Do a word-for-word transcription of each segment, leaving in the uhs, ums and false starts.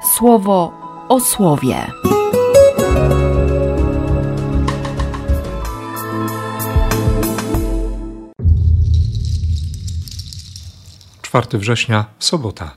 Słowo o słowie. czwartego września, sobota.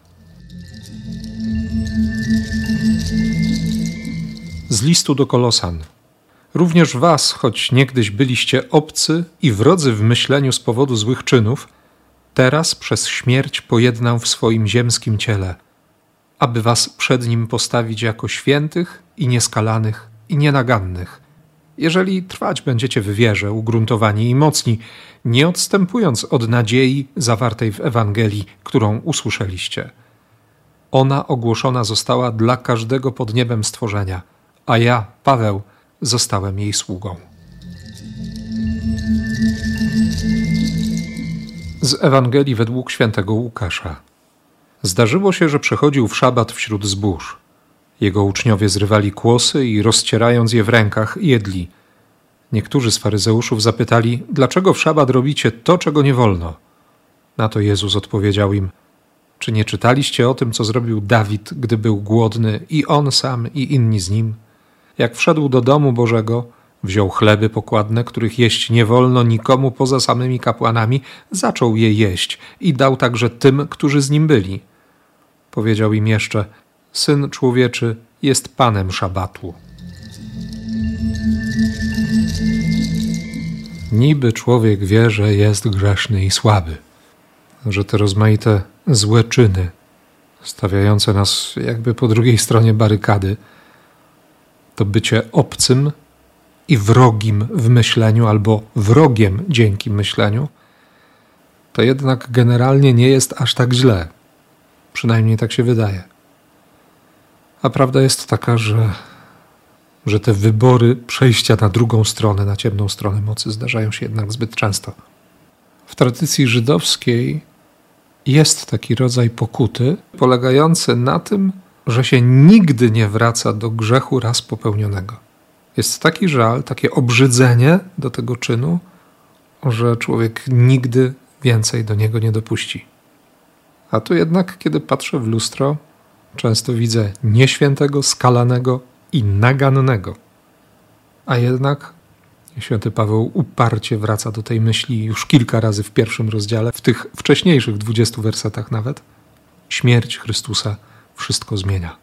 Z listu do Kolosan. Również was, choć niegdyś byliście obcy i wrodzy w myśleniu z powodu złych czynów, teraz przez śmierć pojednał w swoim ziemskim ciele, aby was przed nim postawić jako świętych i nieskalanych i nienagannych, jeżeli trwać będziecie w wierze, ugruntowani i mocni, nie odstępując od nadziei zawartej w Ewangelii, którą usłyszeliście. Ona ogłoszona została dla każdego pod niebem stworzenia, a ja, Paweł, zostałem jej sługą. Z Ewangelii według świętego Łukasza. Zdarzyło się, że przechodził w szabat wśród zbóż. Jego uczniowie zrywali kłosy i rozcierając je w rękach jedli. Niektórzy z faryzeuszów zapytali, dlaczego w szabat robicie to, czego nie wolno? Na to Jezus odpowiedział im, czy nie czytaliście o tym, co zrobił Dawid, gdy był głodny, i on sam, i inni z nim? Jak wszedł do domu Bożego, wziął chleby pokładne, których jeść nie wolno nikomu poza samymi kapłanami, zaczął je jeść i dał także tym, którzy z nim byli. Powiedział im jeszcze, Syn Człowieczy jest Panem szabatu. Niby człowiek wie, że jest grzeszny i słaby, że te rozmaite złe czyny, stawiające nas jakby po drugiej stronie barykady, to bycie obcym i wrogim w myśleniu albo wrogiem dzięki myśleniu, to jednak generalnie nie jest aż tak źle. Przynajmniej tak się wydaje. A prawda jest taka, że, że te wybory przejścia na drugą stronę, na ciemną stronę mocy zdarzają się jednak zbyt często. W tradycji żydowskiej jest taki rodzaj pokuty polegający na tym, że się nigdy nie wraca do grzechu raz popełnionego. Jest taki żal, takie obrzydzenie do tego czynu, że człowiek nigdy więcej do niego nie dopuści. A tu jednak, kiedy patrzę w lustro, często widzę nieświętego, skalanego i nagannego. A jednak święty Paweł uparcie wraca do tej myśli już kilka razy w pierwszym rozdziale, w tych wcześniejszych dwudziestu wersetach nawet. Śmierć Chrystusa wszystko zmienia.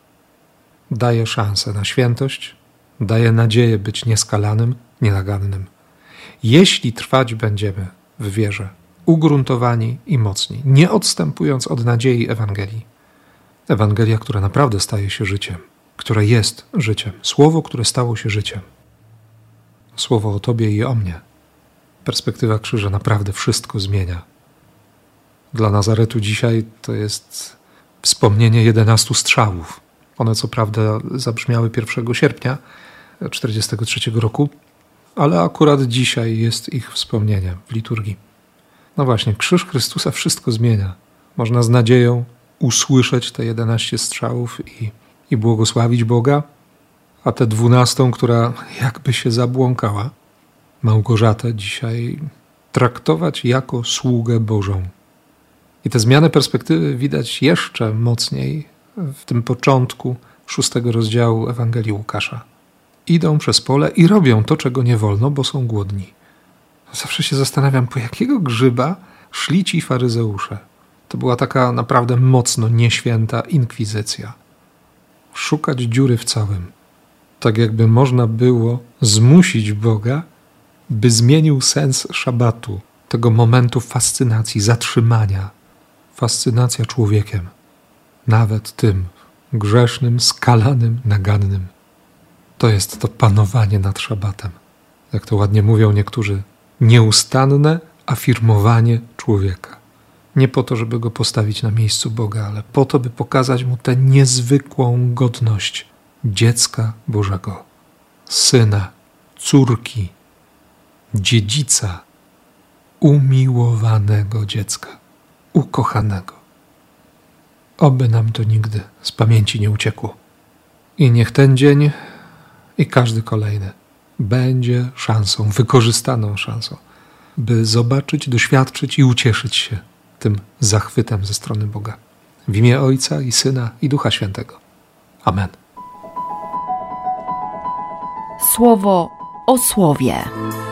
Daje szansę na świętość, daje nadzieję być nieskalanym, nienagannym. Jeśli trwać będziemy w wierze, ugruntowani i mocni, nie odstępując od nadziei Ewangelii. Ewangelia, która naprawdę staje się życiem, która jest życiem. Słowo, które stało się życiem. Słowo o Tobie i o mnie. Perspektywa krzyża naprawdę wszystko zmienia. Dla Nazaretu dzisiaj to jest wspomnienie jedenastu strzałów. One co prawda zabrzmiały pierwszego sierpnia czterdziestego trzeciego roku, ale akurat dzisiaj jest ich wspomnieniem w liturgii. No właśnie, krzyż Chrystusa wszystko zmienia. Można z nadzieją usłyszeć te jedenaście strzałów i, i błogosławić Boga, a tę dwunastą, która jakby się zabłąkała, Małgorzatę dzisiaj traktować jako sługę Bożą. I tę zmianę perspektywy widać jeszcze mocniej w tym początku szóstego rozdziału Ewangelii Łukasza. Idą przez pole i robią to, czego nie wolno, bo są głodni. Zawsze się zastanawiam, po jakiego grzyba szli ci faryzeusze. To była taka naprawdę mocno nieświęta inkwizycja. Szukać dziury w całym. Tak jakby można było zmusić Boga, by zmienił sens szabatu, tego momentu fascynacji, zatrzymania. Fascynacja człowiekiem. Nawet tym grzesznym, skalanym, nagannym. To jest to panowanie nad szabatem. Jak to ładnie mówią niektórzy, nieustanne afirmowanie człowieka. Nie po to, żeby go postawić na miejscu Boga, ale po to, by pokazać mu tę niezwykłą godność dziecka Bożego, syna, córki, dziedzica, umiłowanego dziecka, ukochanego. Oby nam to nigdy z pamięci nie uciekło. I niech ten dzień i każdy kolejny będzie szansą, wykorzystaną szansą, by zobaczyć, doświadczyć i ucieszyć się tym zachwytem ze strony Boga. W imię Ojca i Syna i Ducha Świętego. Amen. Słowo o słowie.